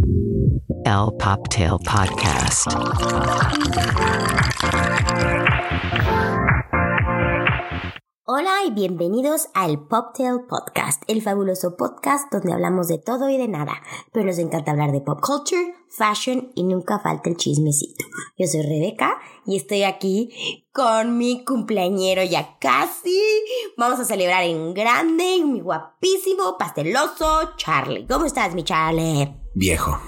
El Poptail Podcast. Hola y bienvenidos al Poptail Podcast, el fabuloso podcast donde hablamos de todo y de nada, pero nos encanta hablar de pop culture, fashion y nunca falta el chismecito. Yo soy Rebeca y estoy aquí con mi cumpleañero ya casi. Vamos a celebrar en grande, mi guapísimo, pasteloso Charlie. ¿Cómo estás, mi Charlie? Viejo.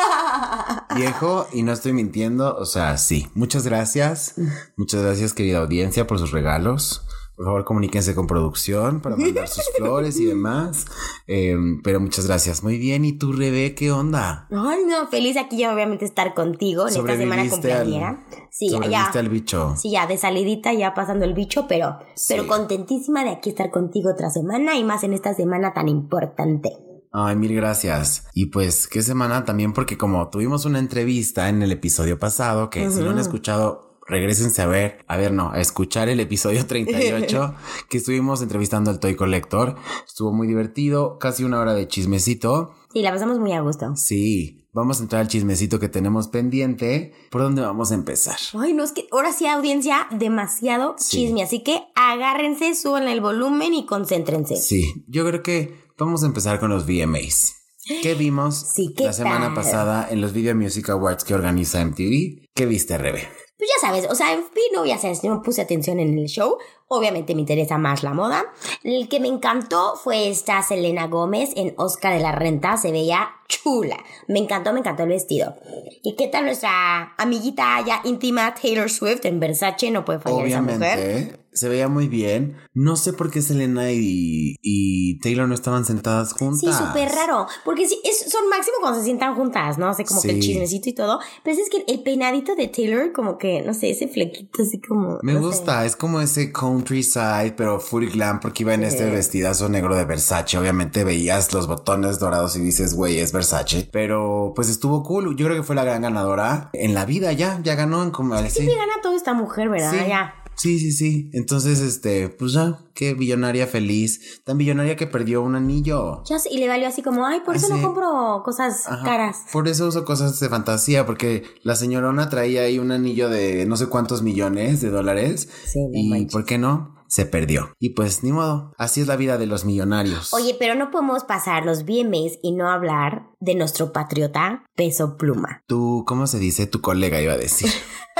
Viejo, y no estoy mintiendo, o sea, sí. Muchas gracias, querida audiencia, por sus regalos. Por favor, comuníquense con producción para mandar sus flores y demás. Pero muchas gracias. Muy bien. ¿Y tú, Rebe, qué onda? Ay, no, feliz aquí ya obviamente estar contigo en esta semana cumpleañera. Sí, sobreviviste al bicho. Sí, ya de salidita, ya pasando el bicho, pero contentísima de aquí estar contigo otra semana y más en esta semana tan importante. Ay, mil gracias. Y pues, qué semana también, porque como tuvimos una entrevista en el episodio pasado, que si no han escuchado, regrésense a escuchar el episodio 38 que estuvimos entrevistando al Toy Collector. Estuvo muy divertido, casi una hora de chismecito. Sí, la pasamos muy a gusto. Sí, vamos a entrar al chismecito que tenemos pendiente. ¿Por dónde vamos a empezar? Ay, no, es que ahora sí, audiencia, demasiado chisme, así que agárrense, suban el volumen y concéntrense. Sí, yo creo que vamos a empezar con los VMAs. ¿Qué vimos la semana pasada en los Video Music Awards que organiza MTV? ¿Qué viste, Rebe? Pues ya sabes, o sea, no puse atención en el show. Obviamente me interesa más la moda. El que me encantó fue esta Selena Gómez en Oscar de la Renta. Se veía chula. Me encantó el vestido. ¿Y qué tal nuestra amiguita ya íntima Taylor Swift en Versace? No puede fallar esa mujer. Se veía muy bien. No sé por qué Selena y Taylor no estaban sentadas juntas. Sí, súper raro. Porque sí, son máximo cuando se sientan juntas, ¿no? O sea, como que el chismecito y todo. Pero es que el peinadito de Taylor, como que, no sé, ese flequito así como... Me gusta. Es como ese countryside, pero full glam, porque iba en este vestidazo negro de Versace. Obviamente veías los botones dorados y dices, güey, es Versace. Pero pues estuvo cool. Yo creo que fue la gran ganadora en la vida. Ya ganó en como... Siempre gana toda esta mujer, ¿verdad? Sí. Ya. Sí. Entonces, pues ya, qué billonaria feliz. Tan billonaria que perdió un anillo. Ya sé, y le valió así como, ay, por eso no compro cosas caras. Por eso uso cosas de fantasía, porque la señorona traía ahí un anillo de no sé cuántos millones de dólares. Sí, y manches. ¿Por qué no? Se perdió. Y pues, ni modo. Así es la vida de los millonarios. Oye, pero no podemos pasar los VMAs y no hablar de nuestro patriota Peso Pluma. ¿Cómo se dice? Tu colega iba a decir.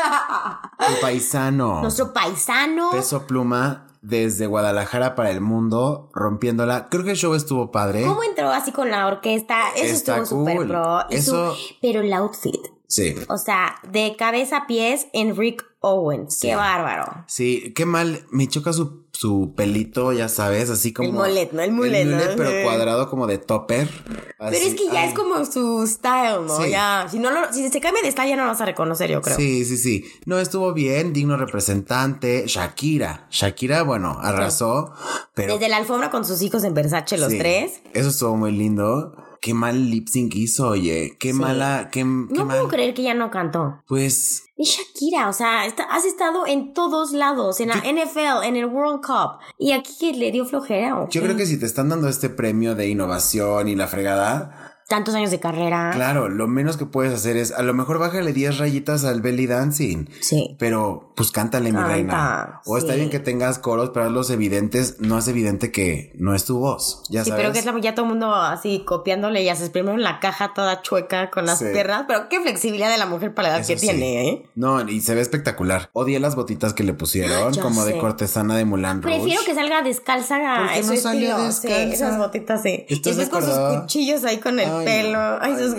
Tu paisano. Nuestro paisano. Peso Pluma desde Guadalajara para el mundo, rompiéndola. Creo que el show estuvo padre. ¿Cómo entró así con la orquesta? Eso está estuvo cool. súper pro. Pero el outfit. Sí. O sea, de cabeza a pies en Rick Owens. Sí. Qué bárbaro. Sí, qué mal. Me choca su pelito, ya sabes, así como... El mulet, ¿no? Pero cuadrado como de topper. Así. Pero es que ya es como su style, ¿no? Sí. Ya, si se cambia de style ya no lo vas a reconocer, yo creo. Sí. No, estuvo bien, digno representante. Shakira, bueno, arrasó. Pero... Desde la alfombra con sus hijos en Versace, los tres. Eso estuvo muy lindo. Qué mal lip sync hizo, oye. Qué mala, No puedo creer que ya no cantó. Pues... Es Shakira, o sea, has estado en todos lados, en la NFL, en el World Cup. Y aquí que le dio flojera, ¿o qué? Yo creo que si te están dando este premio de innovación y la fregada... Tantos años de carrera. Claro, lo menos que puedes hacer es, a lo mejor bájale 10 rayitas al belly dancing. Sí. Pero, pues cántale, mi reina. O está bien que tengas coros, pero hazlos evidentes. No es evidente que no es tu voz, ya sabes. Pero que es ya todo el mundo así copiándole y haces primero en la caja toda chueca con las piernas. Pero qué flexibilidad de la mujer para la edad que tiene, ¿eh? No, y se ve espectacular. Odié las botitas que le pusieron, como de cortesana de Moulin Rouge. Prefiero que salga descalza a eso estilo. Descalza. Sí, esas botitas sí. Y después con sus cuchillos ahí con el pelo. Ay, esos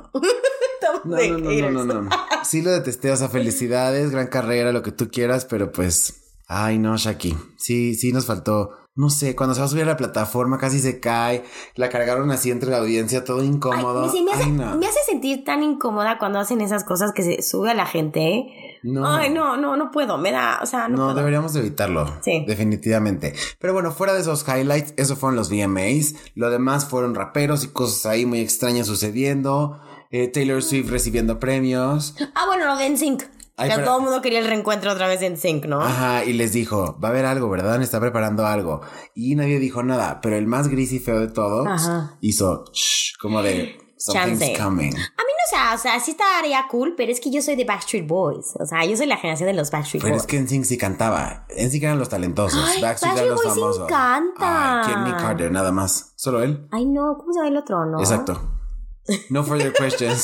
No. Sí lo detesté, o sea, felicidades, gran carrera, lo que tú quieras, pero pues... Ay, no, Shaki. Sí nos faltó... No sé, cuando se va a subir a la plataforma casi se cae. La cargaron así entre la audiencia, todo incómodo. Me hace sentir tan incómoda cuando hacen esas cosas que se sube a la gente. No. Ay, no puedo. Me da, o sea, no puedo. Deberíamos evitarlo. Sí. Definitivamente. Pero bueno, fuera de esos highlights, eso fueron los VMAs. Lo demás fueron raperos y cosas ahí muy extrañas sucediendo. Taylor Swift recibiendo premios. Bueno, lo de NSYNC. Pero todo el mundo quería el reencuentro otra vez en NSYNC, ¿no? Ajá, y les dijo, va a haber algo, ¿verdad? Está preparando algo. Y nadie dijo nada, pero el más gris y feo de todos hizo como de... Something's coming. A mí no, o sea, sí estaría cool, pero es que yo soy de Backstreet Boys. O sea, yo soy la generación de los Backstreet Boys. Pero es que NSYNC sí cantaba. NSYNC eran los talentosos. Ay, Backstreet eran los Boys sí famosos. encanta. Ay, Nick Carter, nada más. Solo él. Ay, no, ¿cómo se llama el otro, no? Exacto. No further questions.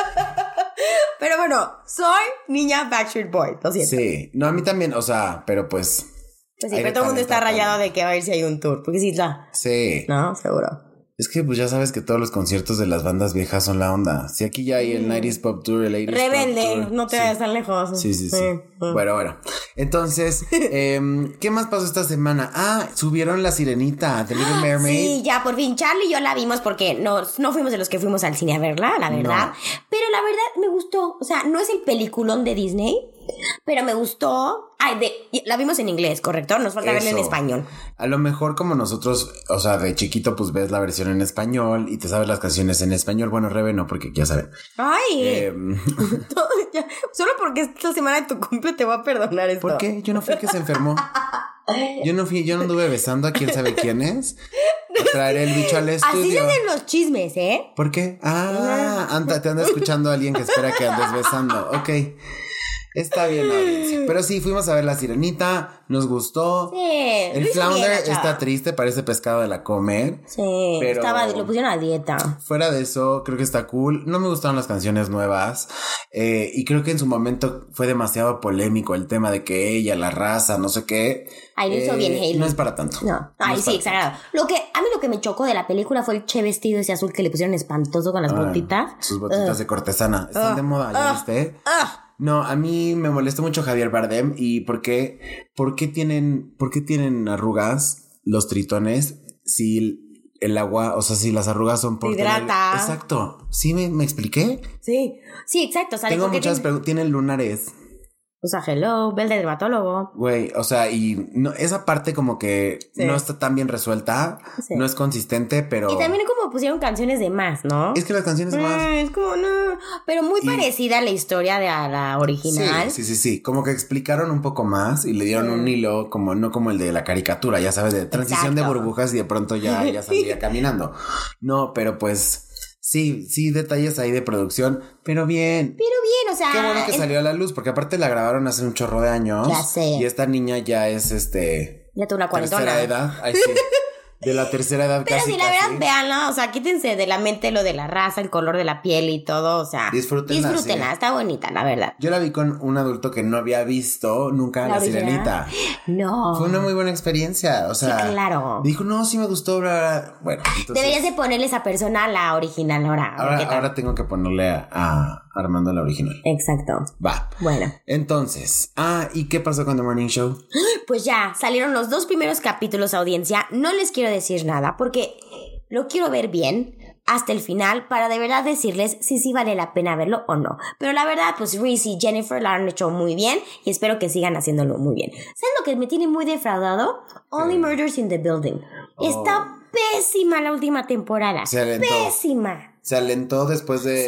Pero bueno, soy niña Backstreet Boy, lo siento. Sí, no, a mí también, o sea, pero pues... Pues sí, pero todo el mundo está rayado de que a ver si hay un tour, porque sí está. Sí. No, seguro. Es que pues ya sabes que todos los conciertos de las bandas viejas son la onda. Si aquí ya hay el 90s Pop Tour, el 80s Rebelde, Pop Tour. no te vayas tan lejos. Sí. Bueno. Entonces, ¿qué más pasó esta semana? Ah, subieron La Sirenita, The Little Mermaid. Sí, ya por fin Charlie y yo la vimos porque no fuimos de los que fuimos al cine a verla, la verdad. No. Pero la verdad me gustó. O sea, no es el peliculón de Disney, pero me gustó. La vimos en inglés, ¿correcto? Nos falta verla en español. A lo mejor como nosotros, o sea, de chiquito pues ves la versión en español y te sabes las canciones en español. Bueno, Rebe no, porque ya saben. Ay, solo porque esta semana de tu cumple te voy a perdonar esto. ¿Por qué? Yo no fui el que se enfermó. Yo no anduve besando a quién sabe quién es. A traer el bicho al estudio. Así se hacen los chismes, ¿eh? ¿Por qué? Te anda escuchando a alguien que espera que andes besando. Ok. Está bien, audiencia. Pero sí, fuimos a ver La Sirenita, nos gustó. Sí. El flounder está triste, parece pescado de la comer. Sí, pero lo pusieron a dieta. Fuera de eso, creo que está cool. No me gustaron las canciones nuevas. Y creo que en su momento fue demasiado polémico el tema de que ella, la raza, no sé qué. Ay, lo hizo bien Hailey. No es para tanto. No. Ay, sí, exagerado. A mí lo que me chocó de la película fue el che vestido ese azul que le pusieron espantoso con las botitas. Sus botitas de cortesana. Están de moda, ¿ya viste? No, a mí me molestó mucho Javier Bardem. ¿Y por qué tienen arrugas los tritones si el agua, o sea, si las arrugas son por hidrata? Exacto. ¿Sí me expliqué? Sí, exacto. O sea, tengo muchas preguntas. Tienen lunares. O sea, hello, ve el dermatólogo. Güey, o sea, y no, esa parte como que no está tan bien resuelta, no es consistente, pero... Y también como pusieron canciones de más, ¿no? Es que las canciones más... Es como, no, pero muy parecida a la historia de a la original. Sí, como que explicaron un poco más y le dieron un hilo, como no como el de la caricatura, ya sabes, de transición de burbujas y de pronto ya salía caminando. No, pero pues... Sí, detalles ahí de producción, pero bien, o sea... Qué bueno que salió a la luz, porque aparte la grabaron hace un chorro de años. Ya sé. Y esta niña ya es ya tuvo una cuarentona. Tercera edad, ay sí. De la tercera edad pero casi. Pero si la verdad, véanla, o sea, quítense de la mente lo de la raza, el color de la piel y todo, o sea... Disfrútenla, sí. Está bonita, la verdad. Yo la vi con un adulto que no había visto nunca La Sirenita. No. Fue una muy buena experiencia, o sea... Sí, claro. Dijo, no, sí me gustó, bla, bla. Bueno, entonces... Deberías de ponerle esa persona a la original Ahora tengo que ponerle a Armando la original. Exacto. Va. Bueno. Entonces, ¿y qué pasó con The Morning Show? Pues ya, salieron los 2 primeros capítulos, audiencia. No les quiero decir nada porque lo quiero ver bien hasta el final para de verdad decirles si sí vale la pena verlo o no. Pero la verdad, pues Reese y Jennifer la han hecho muy bien y espero que sigan haciéndolo muy bien. ¿Sabes lo que me tiene muy defraudado? Only Murders in the Building. Está pésima la última temporada. Pésima. Se alentó después de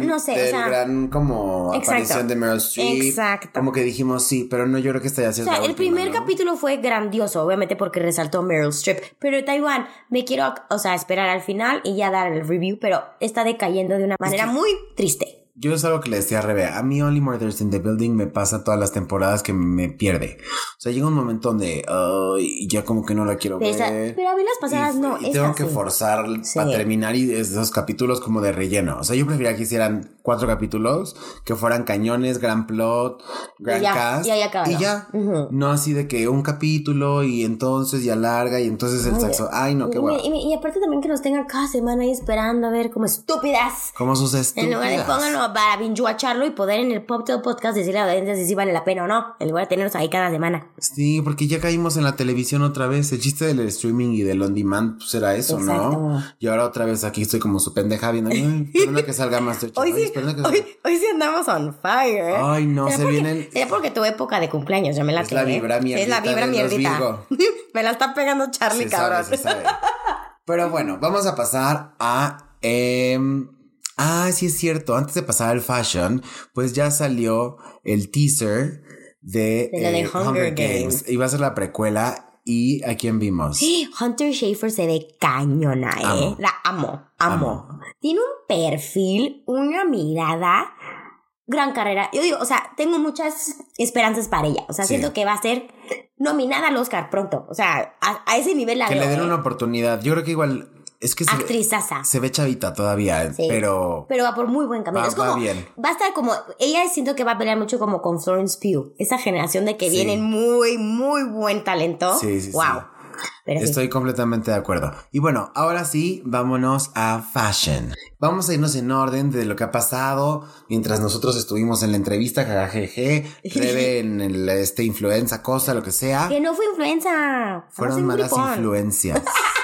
gran como aparición de Meryl Streep. Exacto. Como que dijimos sí, pero no, yo creo que esta ya es la última, el primer capítulo fue grandioso, obviamente porque resaltó Meryl Streep. Pero Taiwán, me quiero, esperar al final y ya dar el review, pero está decayendo de una manera muy triste. Yo es algo que le decía a Rebe, a mí Only Murders in the Building me pasa todas las temporadas que me pierde. O sea, llega un momento donde ya como que no la quiero ver. Pero a mí las pasadas y tengo que forzar para terminar y esos capítulos como de relleno. O sea, yo preferiría que hicieran 4 capítulos, que fueran cañones, gran plot, gran cast. Y ya. No así de que un capítulo y entonces ya larga y entonces el sexo. Ay, no, qué bueno. Y aparte también que nos tengan cada semana ahí esperando a ver como estúpidas. Como sus estúpidas. En lugar de pónganlo para binge-watcharlo y poder en el Poptail Podcast decirle a la audiencia si sí vale la pena o no, en lugar de tenerlos ahí cada semana. Sí, porque ya caímos en la televisión otra vez. El chiste del streaming y del on demand pues era eso, exacto, ¿no? Y ahora otra vez aquí estoy como su pendeja viendo, esperando que salga Masterchef. Hoy sí andamos on fire. Ay, no, vienen. Sería porque tu época de cumpleaños, yo me la creo. Es la vibra mierdita. Es la vibra mierdita. Me la está pegando Charlie, cabrón. Se sabe. Pero bueno, vamos a pasar a sí es cierto, antes de pasar al fashion, pues ya salió el teaser de Hunger Games. Iba a ser la precuela ¿Y a quién vimos? Hunter Schafer se ve cañona, Amo. La amo. Tiene un perfil, una mirada, gran carrera. Yo digo, o sea, tengo muchas esperanzas para ella. O sea, Sí. siento que va a ser nominada al Oscar pronto. O sea, a ese nivel la Que veo. le den una oportunidad. Yo creo que igual... Es que Actrizaza. se ve chavita todavía, Sí. pero va por muy buen camino. Va- Es como, va bien. va a estar como, ella siento que va a pelear mucho como con Florence Pugh. Esa generación de que Sí. vienen muy, muy buen talento. Sí. Wow. Pero sí. Estoy completamente de acuerdo. Y bueno, ahora sí, vámonos a fashion. Vamos a irnos en orden de lo que ha pasado mientras nosotros estuvimos en la entrevista, jajajeje, Rebe en influenza, cosa, lo que sea. Que no fue influenza. Fueron malas influencias.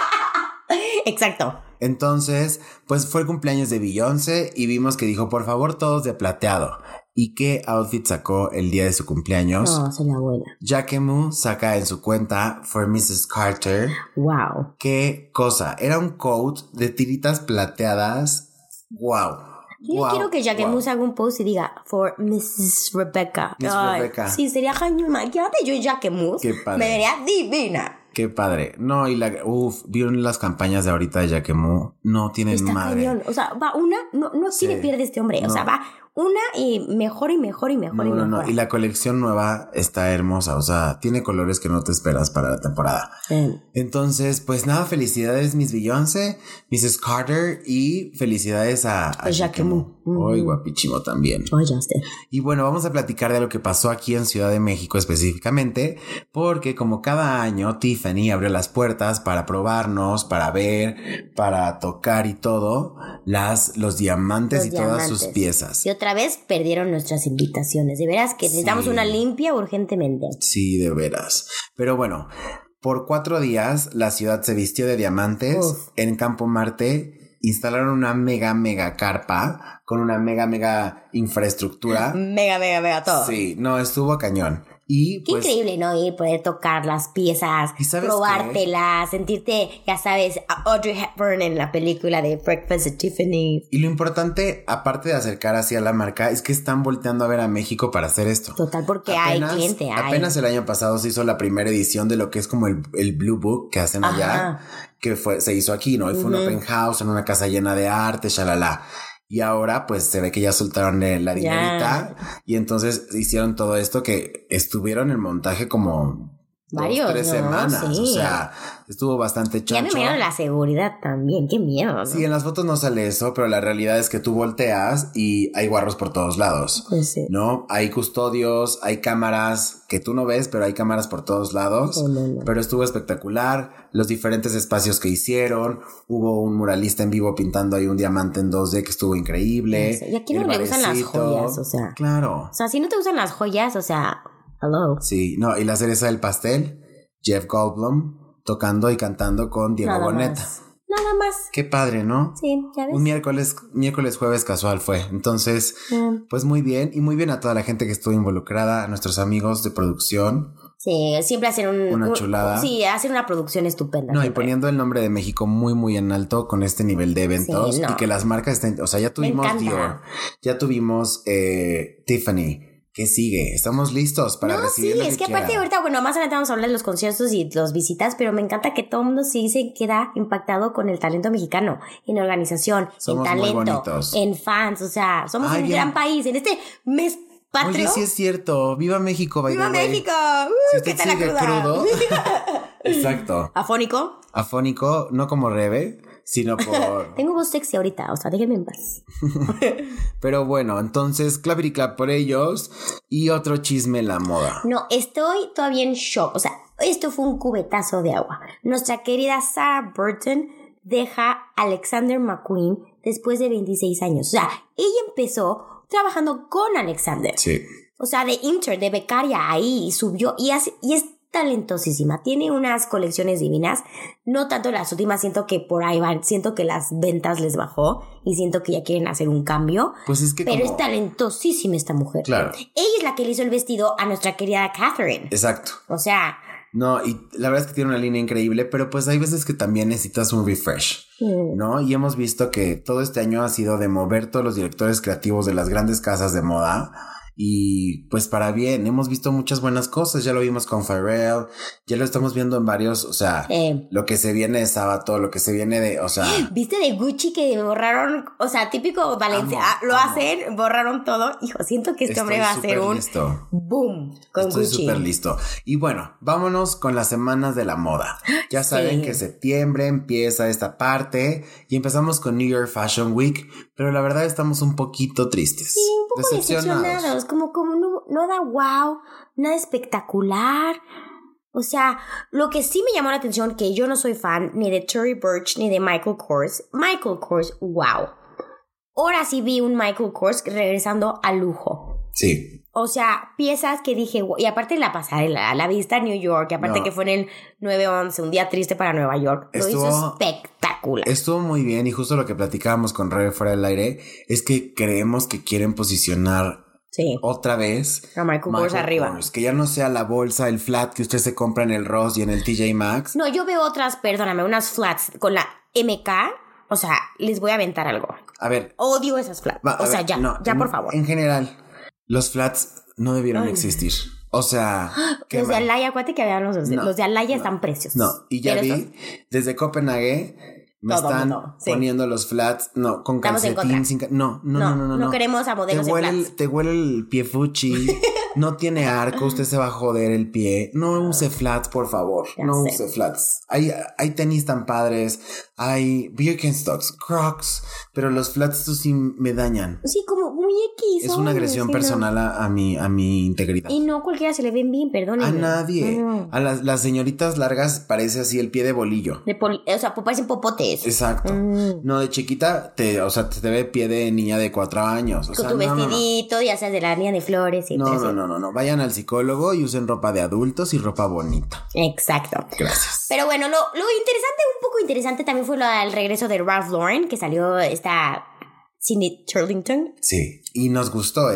Exacto. Entonces, pues fue el cumpleaños de Beyoncé y vimos que dijo, por favor, todos de plateado. ¿Y qué outfit sacó el día de su cumpleaños? No, soy la abuela. Jacquemus saca en su cuenta For Mrs. Carter. Wow. ¿Qué cosa? Era un coat de tiritas plateadas. ¡Wow! Yo quiero que Jacquemus haga un post y diga For Mrs. Rebecca. Miss Ay, Rebecca. Sí, sería cañón. Imagínate yo y Jacquemus. Qué padre. Me vería divina. ¡Qué padre! No, y vieron las campañas de ahorita de Jacquemus. No tienen Está madre. cañón. O sea, va una, no tiene pierde este hombre. O No. sea, va una y mejor y mejor y mejor y mejor. No. Y la colección nueva está hermosa. O sea, tiene colores que no te esperas para la temporada. Entonces, pues nada, felicidades Miss Beyoncé, Mrs. Carter y felicidades a Jacquemus. Hoy guapichimo también. Ay, ya sé. Y bueno, vamos a platicar de lo que pasó aquí en Ciudad de México específicamente, porque como cada año Tiffany abrió las puertas para probarnos, para ver, para tocar y todo, los diamantes y todas sus piezas. Y otra vez perdieron nuestras invitaciones. De veras que necesitamos una limpia urgentemente. Sí, de veras. Pero bueno, por 4 días la ciudad se vistió de diamantes. Uf. En Campo Marte instalaron una mega carpa con una mega infraestructura. Mega todo. Sí, no, estuvo cañón. Y Qué pues, increíble, ¿no? Ir, poder tocar las piezas, ¿Y sabes probártelas, sentirte, ya sabes, a Audrey Hepburn en la película de Breakfast at Tiffany's. y lo importante, aparte de acercar hacia la marca, es que están volteando a ver a México para hacer esto. Total, porque hay cliente, hay. Apenas el año pasado se hizo la primera edición de lo que es como el Blue Book que hacen allá, que se hizo aquí, ¿no? Y fue un open house en una casa llena de arte, shalala. Y ahora pues se ve que ya soltaron la dinerita y entonces hicieron todo esto que estuvieron en montaje como varios, 2-3 ¿no? semanas. Sí. O sea, estuvo bastante Ya me choncho. miraron la seguridad también, qué miedo, ¿no? Sí, en las fotos no sale eso, pero la realidad es que tú volteas y hay guarros por todos lados. Pues sí. ¿No? Hay custodios, hay cámaras que tú no ves, pero hay cámaras por todos lados. No. Pero estuvo espectacular. Los diferentes espacios que hicieron. Hubo un muralista en vivo pintando ahí un diamante en 2D que estuvo increíble. Y a quién no El le gustan las barecito. joyas, o sea. Claro. O sea, si no te gustan las joyas, o sea, hello. Sí, no, y la cereza del pastel, Jeff Goldblum tocando y cantando con Diego Nada Boneta. más. Nada más. Qué padre, ¿no? Sí, ya ves. Un miércoles, jueves casual fue. Entonces, pues muy bien. Y muy bien a toda la gente que estuvo involucrada, a nuestros amigos de producción. Sí, siempre hacen Una chulada. Sí, hacen una producción estupenda. No, y siempre. poniendo el nombre de México muy en alto con este nivel de eventos. Sí, no. Y que las marcas estén... O sea, ya tuvimos encanta. Dior, ya tuvimos Tiffany. ¿Qué sigue? Estamos listos para recibir sí, lo es que quieran. aparte ahorita, bueno, más adelante vamos a hablar de los conciertos y los visitas, pero me encanta que todo el mundo sí se queda impactado con el talento mexicano, en organización, Somos en muy talento, bonitos. en fans, o sea, somos Ay, un bien. gran país. En este mes patrio. Oye, sí es cierto. ¡Viva México! by ¡Viva the way. México! Si ¿Qué usted tal la sigue cruda? crudo. Exacto. ¿Afónico? Afónico, no como Rebe, sino por... Tengo voz sexy ahorita, o sea, déjenme en paz. Pero bueno, entonces, clap por ellos. Y otro chisme en la moda. No, estoy todavía en shock. O sea, esto fue un cubetazo de agua. Nuestra querida Sarah Burton deja a Alexander McQueen después de 26 años. O sea, ella empezó trabajando con Alexander. Sí. O sea, de intern, de becaria ahí, y subió y es talentosísima. Tiene unas colecciones divinas. No tanto las últimas, siento que por ahí van. Siento que las ventas les bajó y siento que ya quieren hacer un cambio. Pues es que Pero como... es talentosísima esta mujer. Claro. Ella es la que le hizo el vestido a nuestra querida Catherine. Exacto. O sea... No, y la verdad es que tiene una línea increíble, pero pues hay veces que también necesitas un refresh, ¿no? Y hemos visto que todo este año ha sido de mover todos los directores creativos de las grandes casas de moda y pues para bien, hemos visto muchas buenas cosas, ya lo vimos con Pharrell, ya lo estamos viendo en varios, o sea, lo que se viene de Sábato, lo que se viene de, o sea... ¿Viste de Gucci que borraron, o sea, típico Valencia, hacen, borraron todo? Hijo, siento que este hombre va a hacer un boom con Gucci. Estoy súper listo. Y bueno, vámonos con las semanas de la moda. Ya saben que septiembre empieza esta parte y empezamos con New York Fashion Week, pero la verdad estamos un poquito tristes. Sí, un poco decepcionados, como no da wow, nada espectacular. O sea, lo que sí me llamó la atención, que yo no soy fan ni de Tory Burch ni de Michael Kors. Michael Kors, wow. Ahora sí vi un Michael Kors regresando al lujo. Sí. O sea, piezas que dije, y aparte la pasarela, la vista a New York, y aparte que fue en el 9/11, un día triste para Nueva York, lo hizo espectacular. Estuvo muy bien, y justo lo que platicábamos con Rebe fuera del aire es que creemos que quieren posicionar otra vez a Michael Kors arriba. Kors, que ya no sea la bolsa, el flat que usted se compra en el Ross y en el TJ Maxx. No, yo veo otras, unas flats con la MK. O sea, les voy a aventar algo. A ver. Odio esas flats. Por favor. En general, los flats no debieron existir. O sea... Los de Alaya, acuérdate que habían los de Alaya están preciosos. No, y ya vi, desde Copenhague... Me están poniendo los flats, con calcetín, sin no. No queremos a modelos de flats. Te huele el pie fuchi, no tiene arco, usted se va a joder el pie. No use flats, por favor. Use flats. Hay tenis tan padres, hay Birkenstocks, Crocs, pero los flats estos sí me dañan. Sí, como muy X. Es una agresión personal a mi integridad. Y no cualquiera se le ven bien, perdónenme. A nadie. No. A las señoritas largas parece así el pie de bolillo. O sea, parecen popotes. Exacto. No, de chiquita te ve pie de niña de 4 años. Con tu vestidito, ya sea de la niña de flores. Y No. Vayan al psicólogo y usen ropa de adultos y ropa bonita. Exacto. Gracias. Pero bueno, lo interesante, un poco interesante también fue el regreso de Ralph Lauren, que salió esta Cindy Turlington. Sí, y nos gustó,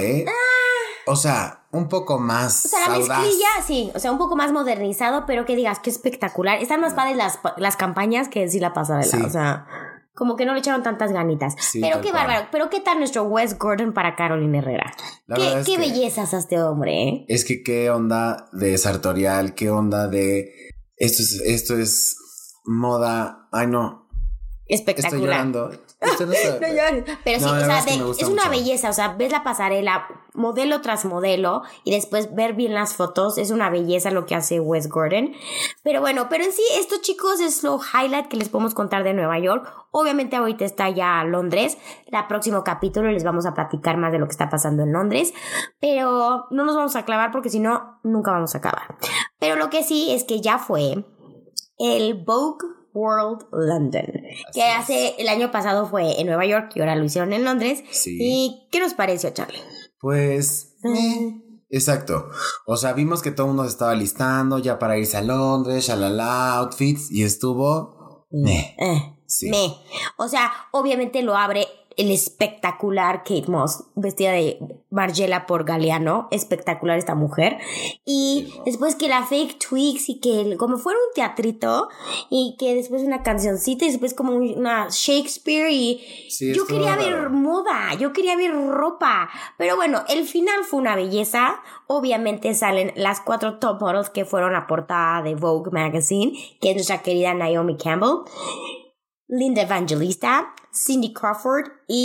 O sea, un poco más. O sea, la audaz. mezclilla, sí. O sea, un poco más modernizado, pero que digas, qué espectacular. Están más padres las campañas que sí la pasarela. Sí. O sea, como que no le echaron tantas ganitas. Sí, pero qué bárbaro. Pero qué tal nuestro Wes Gordon para Carolina Herrera. Qué bellezas a este hombre, Es que qué onda de sartorial, qué onda de... Esto es moda. Ay, no. Espectacular. Estoy llorando. Usted no sabe. No llores. Pero sí, o sea, es una mucho. Belleza. O sea, ves la pasarela, modelo tras modelo, y después ver bien las fotos. Es una belleza lo que hace Wes Gordon. Pero bueno, en sí, esto, chicos, es lo highlight que les podemos contar de Nueva York. Obviamente ahorita está ya Londres. El próximo capítulo les vamos a platicar más de lo que está pasando en Londres. Pero no nos vamos a clavar porque si no, nunca vamos a acabar. Pero lo que sí es que ya fue el Vogue World London, que el año pasado fue en Nueva York y ahora lo hicieron en Londres. Sí. ¿Y qué nos pareció, Charlie? Pues exacto. O sea, vimos que todo el mundo se estaba listando ya para irse a Londres, shalala, outfits, y estuvo sí. O sea, obviamente lo abre el espectacular Kate Moss, vestida de Margiela por Galliano. Espectacular esta mujer. Y después que la fake twigs y que como fuera un teatrito y que después una cancioncita y después como una Shakespeare y yo quería ver moda, yo quería ver ropa. Pero bueno, el final fue una belleza. Obviamente salen las 4 top models que fueron a portada de Vogue Magazine, que es nuestra querida Naomi Campbell, Linda Evangelista, Cindy Crawford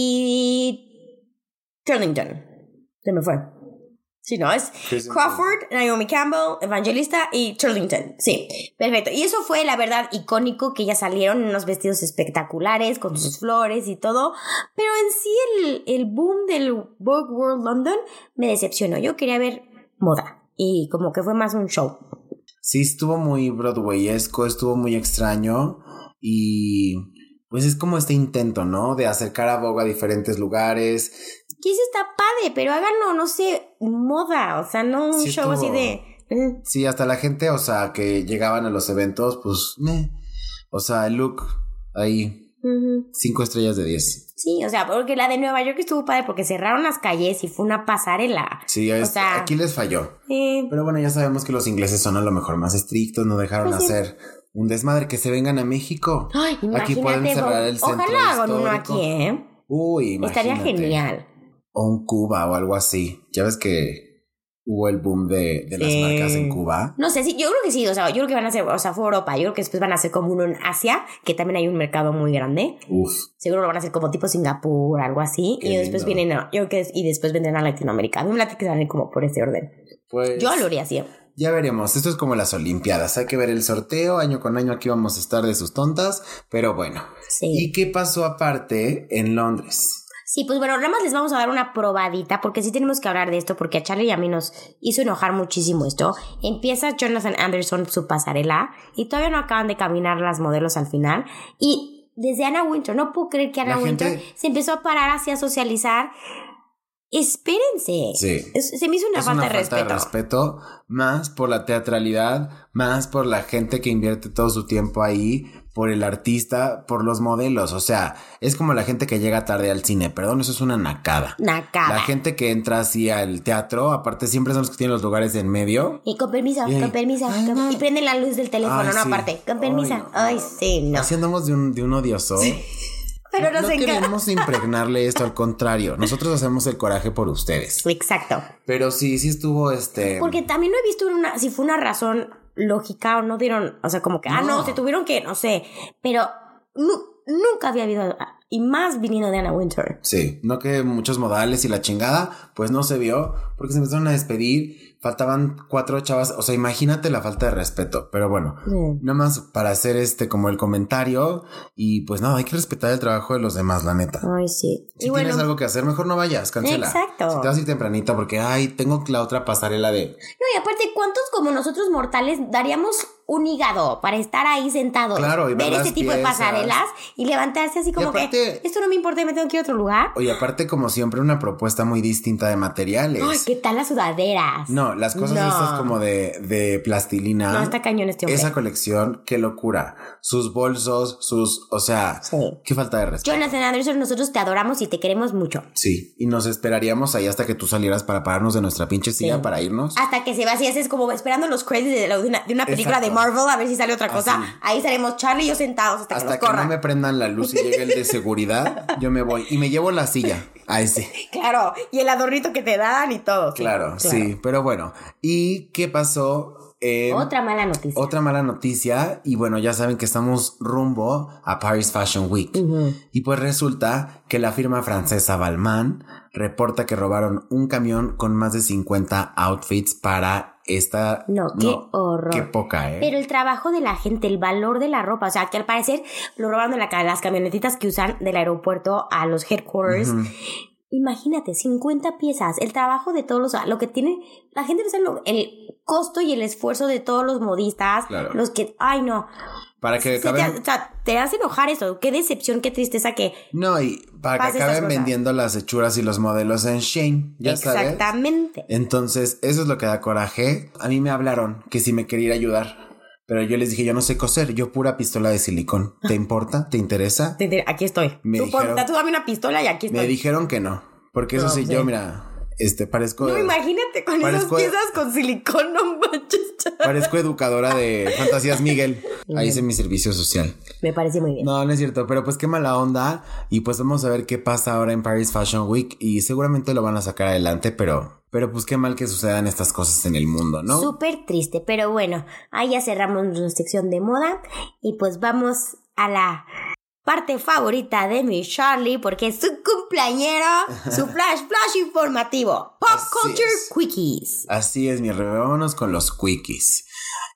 y Turlington. Se me fue. Sí, no, es Crawford, Naomi Campbell, Evangelista y Turlington. Sí, perfecto. Y eso fue, la verdad, icónico, que ya salieron en unos vestidos espectaculares con sus flores y todo. Pero en sí el boom del Vogue World London me decepcionó. Yo quería ver moda y como que fue más un show. Sí, estuvo muy broadwayesco, estuvo muy extraño y... pues es como este intento, ¿no? De acercar a Vogue a diferentes lugares. Que eso está padre, pero háganlo, no sé, moda. O sea, no un show así de... Sí, hasta la gente, o sea, que llegaban a los eventos, pues... O sea, el look ahí, 5 estrellas de 10. Sí, o sea, porque la de Nueva York estuvo padre porque cerraron las calles y fue una pasarela. Sí, aquí les falló. Pero bueno, ya sabemos que los ingleses son a lo mejor más estrictos, no dejaron hacer... un desmadre, que se vengan a México. Ay, imagínate, aquí pueden cerrar el centro ojalá hagan histórico. uno aquí, Uy, imagínate. Estaría genial. O un Cuba o algo así. Ya ves que hubo el boom de las marcas en Cuba. No sé, sí, yo creo que sí, o sea, yo creo que van a ser, o sea, fue Europa, yo creo que después van a ser como uno en Asia, que también hay un mercado muy grande. Uf. Seguro lo van a hacer como tipo Singapur, algo así. Qué y después lindo. vienen, yo creo que y después vendrán a Latinoamérica. A mí me late que se van a ir como por ese orden. Pues Yo lo haría así. ya veremos. Esto es como las Olimpiadas. Hay que ver el sorteo. Año con año aquí vamos a estar de sus tontas. Pero bueno. Sí. ¿Y qué pasó aparte en Londres? Sí, pues bueno, nada más les vamos a dar una probadita porque sí tenemos que hablar de esto porque a Charlie y a mí nos hizo enojar muchísimo esto. Empieza Jonathan Anderson su pasarela y todavía no acaban de caminar las modelos al final. Y desde Anna Wintour, no puedo creer que Anna Wintour se empezó a parar así a socializar. Espérense. Sí. Se me hizo una falta de respeto, más por la teatralidad, más por la gente que invierte todo su tiempo ahí, por el artista, por los modelos. O sea, es como la gente que llega tarde al cine. Perdón, eso es una nacada. Nacada. La gente que entra así al teatro, aparte siempre son los que tienen los lugares en medio. Y con permiso, Ay, con permiso. ay, Con, no. y prenden la luz del teléfono, Ay, no sí. aparte. Con permiso. Ay, Ay, sí, no. Así andamos de un odioso. Sí. Pero nos no encanta. queremos impregnarle esto, al contrario. Nosotros hacemos el coraje por ustedes. Exacto. Pero sí estuvo Porque también no he visto si fue una razón lógica o no dieron, o sea, como que, no, se tuvieron que, no sé, pero nunca había habido, y más viniendo de Anna Wintour. Sí, no que muchos modales y la chingada, pues no se vio, porque se empezaron a despedir, faltaban 4 chavas, o sea, imagínate la falta de respeto, pero bueno, nada más para hacer como el comentario, y pues nada, hay que respetar el trabajo de los demás, la neta. Ay, sí. Si tienes algo que hacer, mejor no vayas, cancela. Exacto. Si te vas a ir tempranito porque, tengo la otra pasarela de... No, y aparte, ¿cuántos como nosotros mortales daríamos un hígado para estar ahí sentados? Claro, y ver ese las tipo de piezas. pasarelas y levantarse así como aparte, que esto no me importa y me tengo que ir a otro lugar. Oye, aparte, como siempre, una propuesta muy distinta de materiales. Ay, ¿qué tal las sudaderas? No, las cosas estas como de plastilina. No, está cañón este hombre. Esa colección, qué locura. Sus bolsos, o sea, qué falta de respeto. Jonathan Anderson, nosotros te adoramos y te queremos mucho. Sí, y nos esperaríamos ahí hasta que tú salieras para pararnos de nuestra pinche silla para irnos. Hasta que se va así, es como esperando los credits de una película de Marvel a ver si sale otra cosa. Así. Ahí estaremos Charlie y yo sentados hasta que nos corran. No me prendan la luz y llegue el de seguridad, yo me voy y me llevo la silla a ese. Claro, y el adornito que te dan y todo. Claro, sí, pero bueno. ¿Y qué pasó? Otra mala noticia. Otra mala noticia. Y bueno, ya saben que estamos rumbo a Paris Fashion Week. Y pues resulta que la firma francesa Balmain reporta que robaron un camión con más de 50 outfits para esta... No, qué horror. Qué poca, Pero el trabajo de la gente, el valor de la ropa, o sea, que al parecer lo robaron de las camionetitas que usan del aeropuerto a los headquarters. Imagínate, 50 piezas, el trabajo de todos los... Lo que tiene... La gente no sabe el costo y el esfuerzo de todos los modistas. Claro. Los que... Ay, no. Para que acaben... te hace enojar eso. Qué decepción, qué tristeza que... No, y para que acaben vendiendo las hechuras y los modelos en Shein. Ya sabes. Exactamente. Entonces, eso es lo que da coraje. A mí me hablaron que si me quería ir a ayudar. Pero yo les dije, yo no sé coser, yo pura pistola de silicón. ¿Te importa? ¿Te interesa? Aquí estoy. Tú dame una pistola y aquí estoy. Me dijeron que no. Porque eso sí, yo, mira, parezco... No, imagínate con esas piezas con silicón, no manches. Parezco educadora de Fantasías Miguel. Ahí hice mi servicio social. Me parece muy bien. No es cierto, pero pues qué mala onda. Y pues vamos a ver qué pasa ahora en Paris Fashion Week. Y seguramente lo van a sacar adelante, pero pues qué mal que sucedan estas cosas en el mundo, ¿no? Súper triste, pero bueno, ahí ya cerramos nuestra sección de moda. Y pues vamos a la parte favorita de mi Charlie, porque es su cumpleañero, su flash informativo. Pop Culture Quickies. Así es, mi rey. Vámonos con los quickies.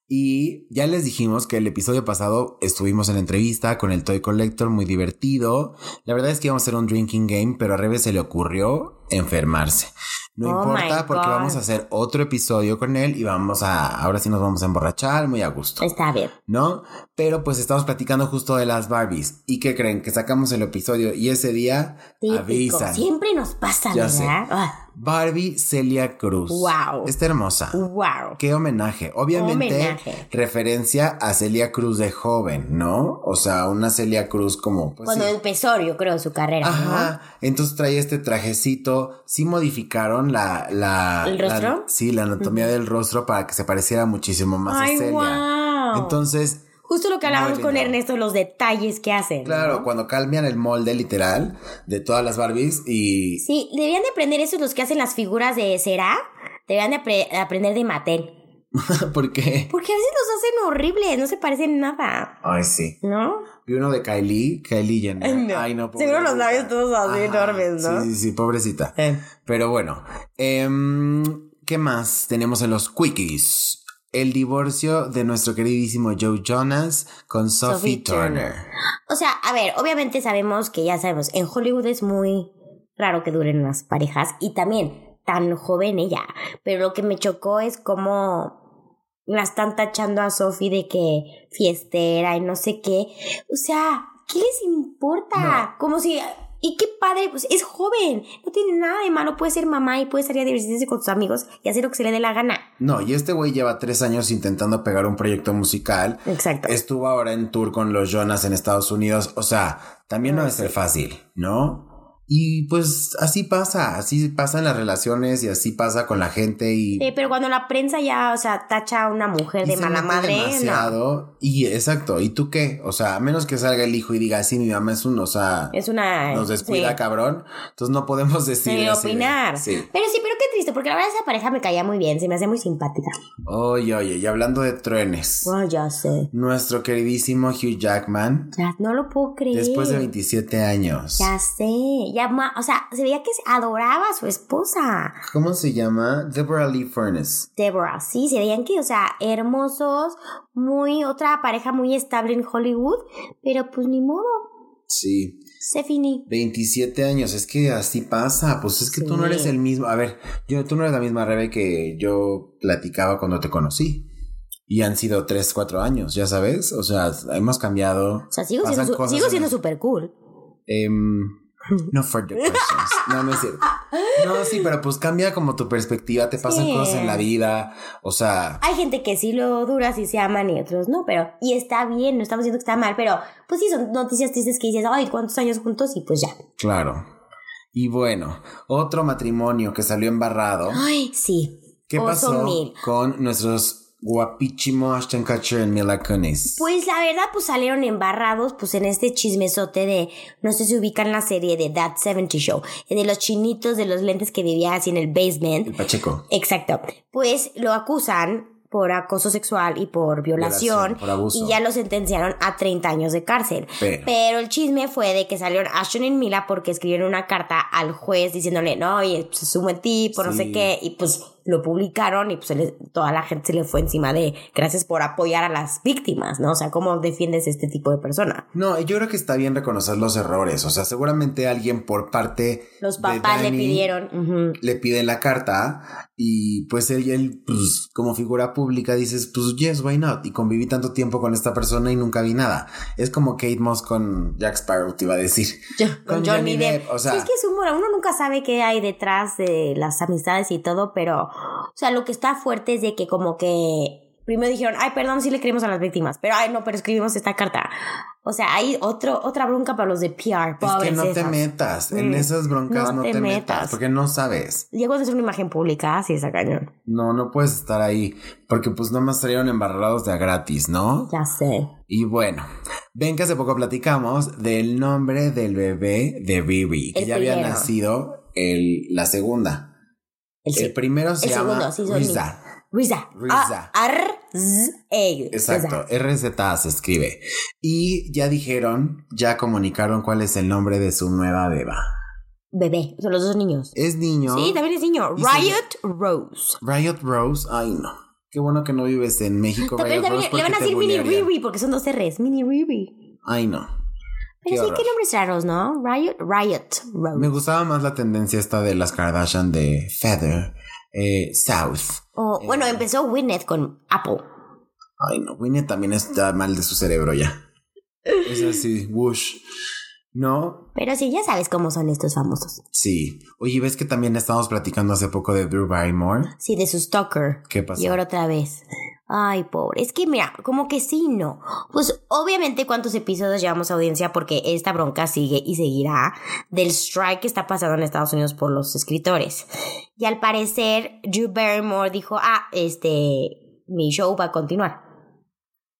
Y ya les dijimos que el episodio pasado estuvimos en entrevista con el Toy Collector, muy divertido. La verdad es que íbamos a hacer un drinking game, pero a Rebe se le ocurrió enfermarse. No importa porque vamos a hacer otro episodio con él y ahora sí nos vamos a emborrachar muy a gusto. Está bien. ¿No? Pero pues estamos platicando justo de las Barbies. ¿Y qué creen? Que sacamos el episodio y ese día avisan. Siempre nos pasa, ya ¿verdad? Barbie Celia Cruz. Wow. Está hermosa. Wow. Qué homenaje. Obviamente, referencia a Celia Cruz de joven, ¿no? O sea, una Celia Cruz como... Pues, cuando empezó, yo creo, su carrera. Ajá. ¿No? Entonces trae este trajecito. Sí modificaron ¿El rostro? La anatomía del rostro para que se pareciera muchísimo más a Celia. Wow. Entonces... Justo lo que hablábamos con Ernesto, los detalles que hacen. Claro, ¿no? cuando cambian el molde literal de todas las Barbies y... Sí, deberían de aprender esos los que hacen las figuras de cera. Deberían de aprender de Mattel. ¿Por qué? Porque a veces los hacen horribles, no se parecen nada. Ay, sí. ¿No? Vi uno de Kylie Jenner. No. Ay, no. Seguro los labios todos así enormes, ¿no? Sí, pobrecita. Pero bueno, ¿qué más tenemos en los quickies? El divorcio de nuestro queridísimo Joe Jonas con Sophie Turner. O sea, a ver, obviamente sabemos que ya sabemos, en Hollywood es muy raro que duren las parejas y también tan joven ella. Pero lo que me chocó es cómo la están tachando a Sophie de que fiestera y no sé qué. O sea, ¿qué les importa? No. Como si... Y qué padre, pues es joven, no tiene nada de malo, puede ser mamá y puede salir a divertirse con sus amigos y hacer lo que se le dé la gana. No, y este güey lleva 3 años intentando pegar un proyecto musical. Exacto. Estuvo ahora en tour con los Jonas en Estados Unidos. O sea, también no debe ser fácil, ¿no? Y pues así pasa en las relaciones y así pasa con la gente y... Sí, pero cuando la prensa ya, o sea, tacha a una mujer de mala madre, demasiado, no. Y exacto, ¿y tú qué? O sea, a menos que salga el hijo y diga, sí, mi mamá es un, o sea... Es una... Nos descuida, sí. Cabrón. Entonces no podemos decir... Sí, opinar. Sí. Pero qué triste, porque la verdad esa pareja me caía muy bien, se me hace muy simpática. Oye, y hablando de truenes... Oh, ya sé. Nuestro queridísimo Hugh Jackman... Ya, no lo puedo creer. Después de 27 años. Ya sé. O sea, se veía que adoraba a su esposa. ¿Cómo se llama? Deborah Lee Furness. Deborah, sí, se veían que, o sea, hermosos, otra pareja muy estable en Hollywood, pero pues ni modo. Sí. Se finí. 27 años, es que así pasa, pues es que tú no eres el mismo, a ver, tú no eres la misma Rebe que yo platicaba cuando te conocí. Y han sido 3, 4 años, ya sabes, o sea, hemos cambiado. O sea, sigo siendo súper cool. No further questions. No es cierto. No, sí, pero pues cambia como tu perspectiva, te pasan cosas en la vida, o sea... Hay gente que sí lo dura, sí se aman y otros no, pero... Y está bien, no estamos diciendo que está mal, pero... Pues sí, son noticias tristes que dices, ay, ¿cuántos años juntos? Y pues ya. Claro. Y bueno, otro matrimonio que salió embarrado. Ay, sí. ¿Qué pasó con nuestros... guapísimo Ashton Kutcher y Mila Kunis? Pues la verdad, pues salieron embarrados pues en este chismesote de, no sé si ubican la serie de That 70 Show, de los chinitos de los lentes que vivían así en el basement. El Pacheco. Exacto. Pues lo acusan por acoso sexual y por violación por abuso. Y ya lo sentenciaron a 30 años de cárcel. Pero el chisme fue de que salieron Ashton y Mila porque escribieron una carta al juez diciéndole, no, oye, pues es un buen tipo, no sé qué, y pues lo publicaron y pues toda la gente se le fue encima de gracias por apoyar a las víctimas, ¿no? O sea, ¿cómo defiendes este tipo de persona? No, yo creo que está bien reconocer los errores, o sea, seguramente alguien por parte los papás de Dani le pidieron, le pide la carta y pues él pues como figura pública dices, pues yes, why not? Y conviví tanto tiempo con esta persona y nunca vi nada. Es como Kate Moss con Jack Sparrow, te iba a decir. Con Johnny Depp. O sea, sí, es que es humor, uno nunca sabe qué hay detrás de las amistades y todo, pero o sea, lo que está fuerte es de que como que primero dijeron, ay, perdón, sí le creímos a las víctimas, pero ay, no, pero escribimos esta carta. O sea, hay otra bronca para los de PR, pobres. Es que no te metas, en esas broncas no te metas, porque no sabes. Llegó a ser una imagen pública, así esa cañón. No puedes estar ahí, porque pues nomás salieron embarrados de a gratis, ¿no? Ya sé. Y bueno, ven que hace poco platicamos del nombre del bebé de Riri, que ya había nacido la segunda. El primero se llama Riza. Exacto, RZA se escribe. Y ya comunicaron cuál es el nombre de su nueva beba. Bebé, son los dos niños. ¿Es niño? Sí, también es niño. Rose. Riot Rose, ay no. Qué bueno que no vives en México, también, Riot Rose. Le van a decir Mini Riri porque son 2 R's. Mini Riri. Ay no. Pero sí, qué nombres raros, ¿no? Riot Rose. Me gustaba más la tendencia esta de las Kardashian de Feather, South. Bueno, empezó Gwyneth con Apple. Ay no, Gwyneth también está mal de su cerebro ya. Es así, whoosh. ¿No? Pero sí, ya sabes cómo son estos famosos. Sí. Oye, ¿ves que también estábamos platicando hace poco de Drew Barrymore? Sí, de su stalker. ¿Qué pasó? Y ahora otra vez. Ay, pobre. Es que mira, como que sí, no. Pues obviamente cuántos episodios llevamos a audiencia porque esta bronca sigue y seguirá del strike que está pasando en Estados Unidos por los escritores. Y al parecer, Drew Barrymore dijo, mi show va a continuar.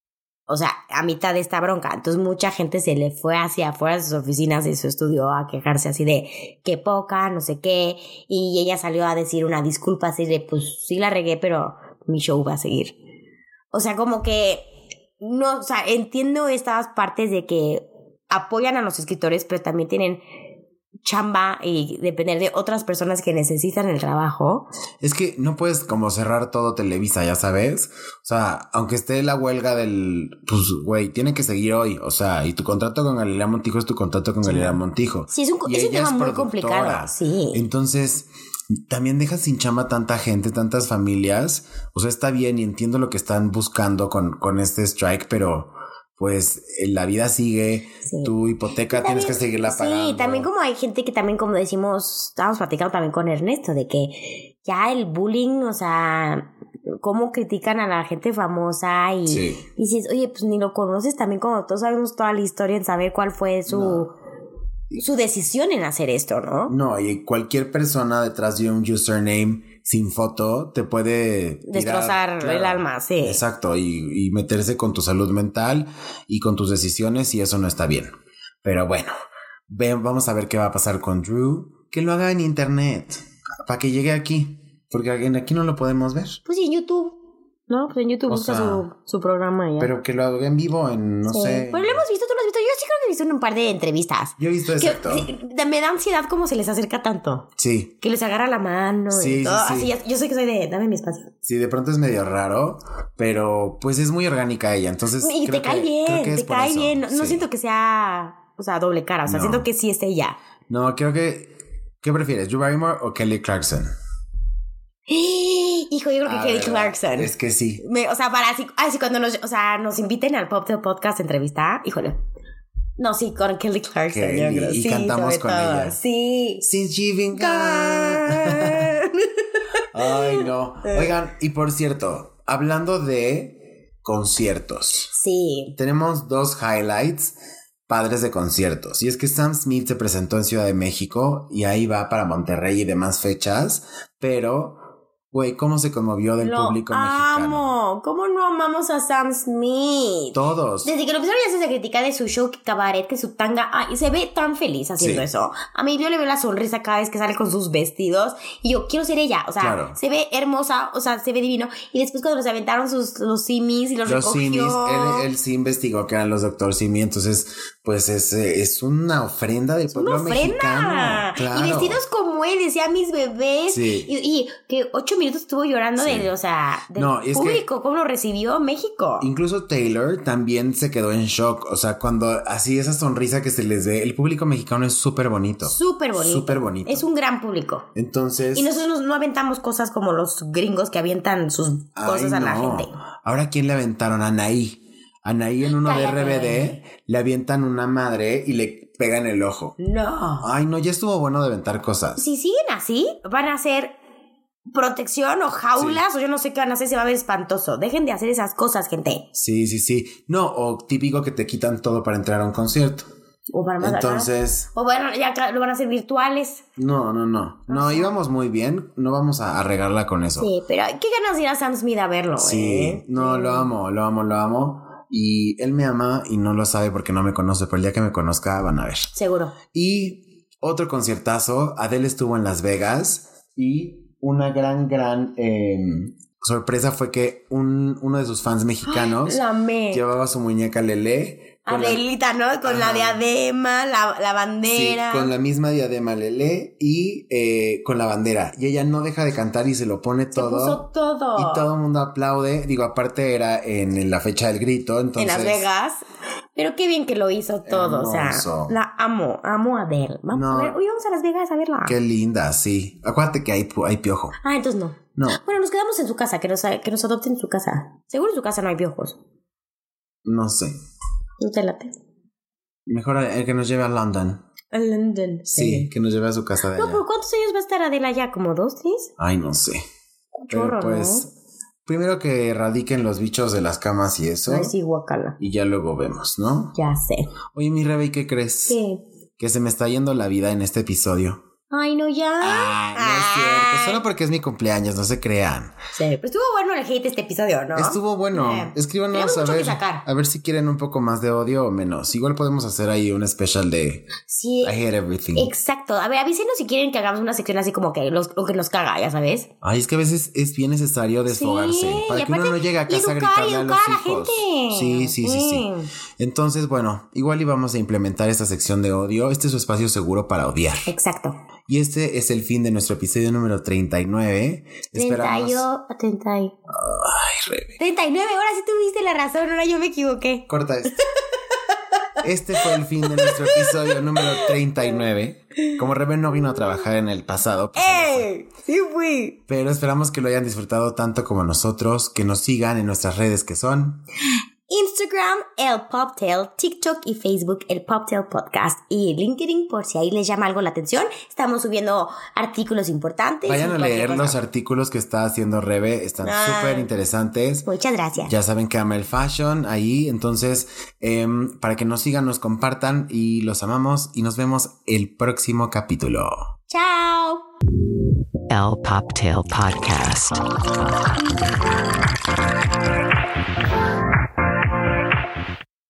o sea, a mitad de esta bronca. Entonces mucha gente se le fue hacia afuera de sus oficinas, de su estudio, a quejarse así de qué poca, no sé qué. Y ella salió a decir una disculpa así de, pues sí la regué, pero mi show va a seguir. O sea, como que, no, o sea, entiendo estas partes de que apoyan a los escritores, pero también tienen chamba y depender de otras personas que necesitan el trabajo. Es que no puedes como cerrar todo Televisa, ya sabes. O sea, aunque esté la huelga del, pues, güey, tiene que seguir hoy. O sea, y tu contrato con Galilea Montijo es tu contrato con Galilea Montijo. Sí, es un tema muy complicado. Sí. Entonces, también dejas sin chamba tanta gente, tantas familias. O sea, está bien y entiendo lo que están buscando con este strike, pero pues la vida sigue, sí. Tu hipoteca también, tienes que seguirla pagando. Sí, también como hay gente que también, como decimos, estábamos platicando también con Ernesto, de que ya el bullying, o sea, cómo critican a la gente famosa y dices, oye, pues ni lo conoces, también como todos sabemos toda la historia en saber cuál fue su decisión en hacer esto, ¿no? No, y cualquier persona detrás de un username sin foto te puede destrozar el alma, sí. Exacto, y meterse con tu salud mental y con tus decisiones, y eso no está bien. Pero bueno, vamos a ver qué va a pasar con Drew. Que lo haga en internet, para que llegue aquí, porque aquí no lo podemos ver. Pues sí, en YouTube. No, pues en YouTube busca su programa ya. Pero que lo haga en vivo, no sé. Pero lo hemos visto, tú lo has visto. Yo sí creo que he visto en un par de entrevistas. Yo he visto exacto. Me da ansiedad cómo se les acerca tanto. Sí. Que les agarra la mano y todo. Sí. Así, yo sé que soy de dame mi espacio. Sí, de pronto es medio raro, pero pues es muy orgánica ella, entonces y te cae bien. No siento que sea, o sea, doble cara. O sea, siento que sí es ella. No, creo que... ¿Qué prefieres, Drew Barrymore o Kelly Clarkson? Hijo, yo creo que Kelly Clarkson. Es que sí. O sea, para así cuando nos inviten al Pop del Podcast a entrevistar, híjole. No, sí, con Kelly Clarkson. Y cantamos con ella. Sí. Since you've been gone. Ay, no. Oigan, y por cierto, hablando de conciertos. Sí. Tenemos 2 highlights padres de conciertos. Y es que Sam Smith se presentó en Ciudad de México y ahí va para Monterrey y demás fechas, pero... Güey, ¿cómo se conmovió del público mexicano? ¿Cómo no amamos a Sam Smith? Todos. Desde que lo empezaron a hacer crítica de su show cabaret, que su tanga, y se ve tan feliz haciendo eso. A mí yo le veo la sonrisa cada vez que sale con sus vestidos y yo quiero ser ella, o sea, se ve hermosa, o sea, se ve divino. Y después cuando nos aventaron los simis y los recogió. Simis, él sí investigó que eran los Dr. Simi, entonces pues es una ofrenda del pueblo mexicano. Claro. Y vestidos como él, decía mis bebés. Sí. Y que 8 minutos estuvo llorando del público, cómo lo recibió México. Incluso Taylor también se quedó en shock, o sea, cuando así esa sonrisa que se les dé, el público mexicano es súper bonito. Súper bonito. Es un gran público. Entonces... Y nosotros no aventamos cosas como los gringos que avientan sus cosas a la gente. Ahora, ¿quién le aventaron? Anaí en uno de RBD le avientan una madre y le pegan el ojo. No. Ay, no, ya estuvo bueno de aventar cosas. Si siguen así, van a hacer protección o jaulas o yo no sé qué van a hacer, se va a ver espantoso. Dejen de hacer esas cosas, gente. Sí. No, o típico que te quitan todo para entrar a un concierto. O para más entonces... O bueno, ya lo van a hacer virtuales. No, íbamos muy bien. No vamos a regarla con eso. Sí, pero qué ganas de ir a Sam Smith a verlo. Sí, lo amo. Y él me ama y no lo sabe porque no me conoce, pero el día que me conozca van a ver. Seguro. Y otro conciertazo, Adele estuvo en Las Vegas y una gran sorpresa fue que uno de sus fans mexicanos llevaba su muñeca Lelé. Adelita, ¿no? Con la diadema, la bandera. Sí, con la misma diadema Lelé y con la bandera. Y ella no deja de cantar y se lo pone todo. Se puso todo. Y todo el mundo aplaude. Digo, aparte era en la fecha del grito, entonces... En Las Vegas. Pero qué bien que lo hizo todo, hermoso. O sea, la amo a Adele. Vamos a ver, hoy vamos a Las Vegas a verla. Qué linda, sí. Acuérdate que hay piojo. Entonces no. Bueno, nos quedamos en su casa, que nos adopten en su casa. Seguro en su casa no hay piojos. No sé. ¿No te late? Mejor el que nos lleve a London. A London. Sí, que nos lleve a su casa de allá. No, ¿por cuántos años va a estar Adele allá? ¿Como 2, 3? Ay, no sé. Chorro, pero pues, primero que erradiquen los bichos de las camas y eso. Ay, sí, guacala. Y ya luego vemos, ¿no? Ya sé. Oye, mi Rebe, ¿qué crees? Sí. Que se me está yendo la vida en este episodio. Ay, no, ya. No es cierto. Solo porque es mi cumpleaños, no se crean. Sí, pero estuvo bueno el hate de este episodio, ¿no? Estuvo bueno. Escríbanos a ver si quieren un poco más de odio o menos. Igual podemos hacer ahí un especial de sí, I hate everything. Exacto. A ver, avísenos si quieren que hagamos una sección así como que lo que nos caga, ya sabes. Ay, es que a veces es bien necesario desfogarse para que uno no llegue a casa a gritarle a los hijos. Sí. Entonces, bueno, igual íbamos a implementar esta sección de odio. Este es su espacio seguro para odiar. Exacto. Y este es el fin de nuestro episodio número 39. Esperamos... 30. Ay, Rebe. 39, ahora sí tuviste la razón, ahora yo me equivoqué. Corta esto. Este fue el fin de nuestro episodio número 39. Como Rebe no vino a trabajar en el pasado, pues sí fui. Pero esperamos que lo hayan disfrutado tanto como nosotros, que nos sigan en nuestras redes que son... Instagram, el Poptail, TikTok y Facebook, el Poptail Podcast y LinkedIn, por si ahí les llama algo la atención. Estamos subiendo artículos importantes. Vayan a leer los artículos que está haciendo Rebe, están súper interesantes. Muchas gracias. Ya saben que ama el fashion ahí, entonces para que nos sigan, nos compartan y los amamos y nos vemos el próximo capítulo. Chao. El Poptail Podcast.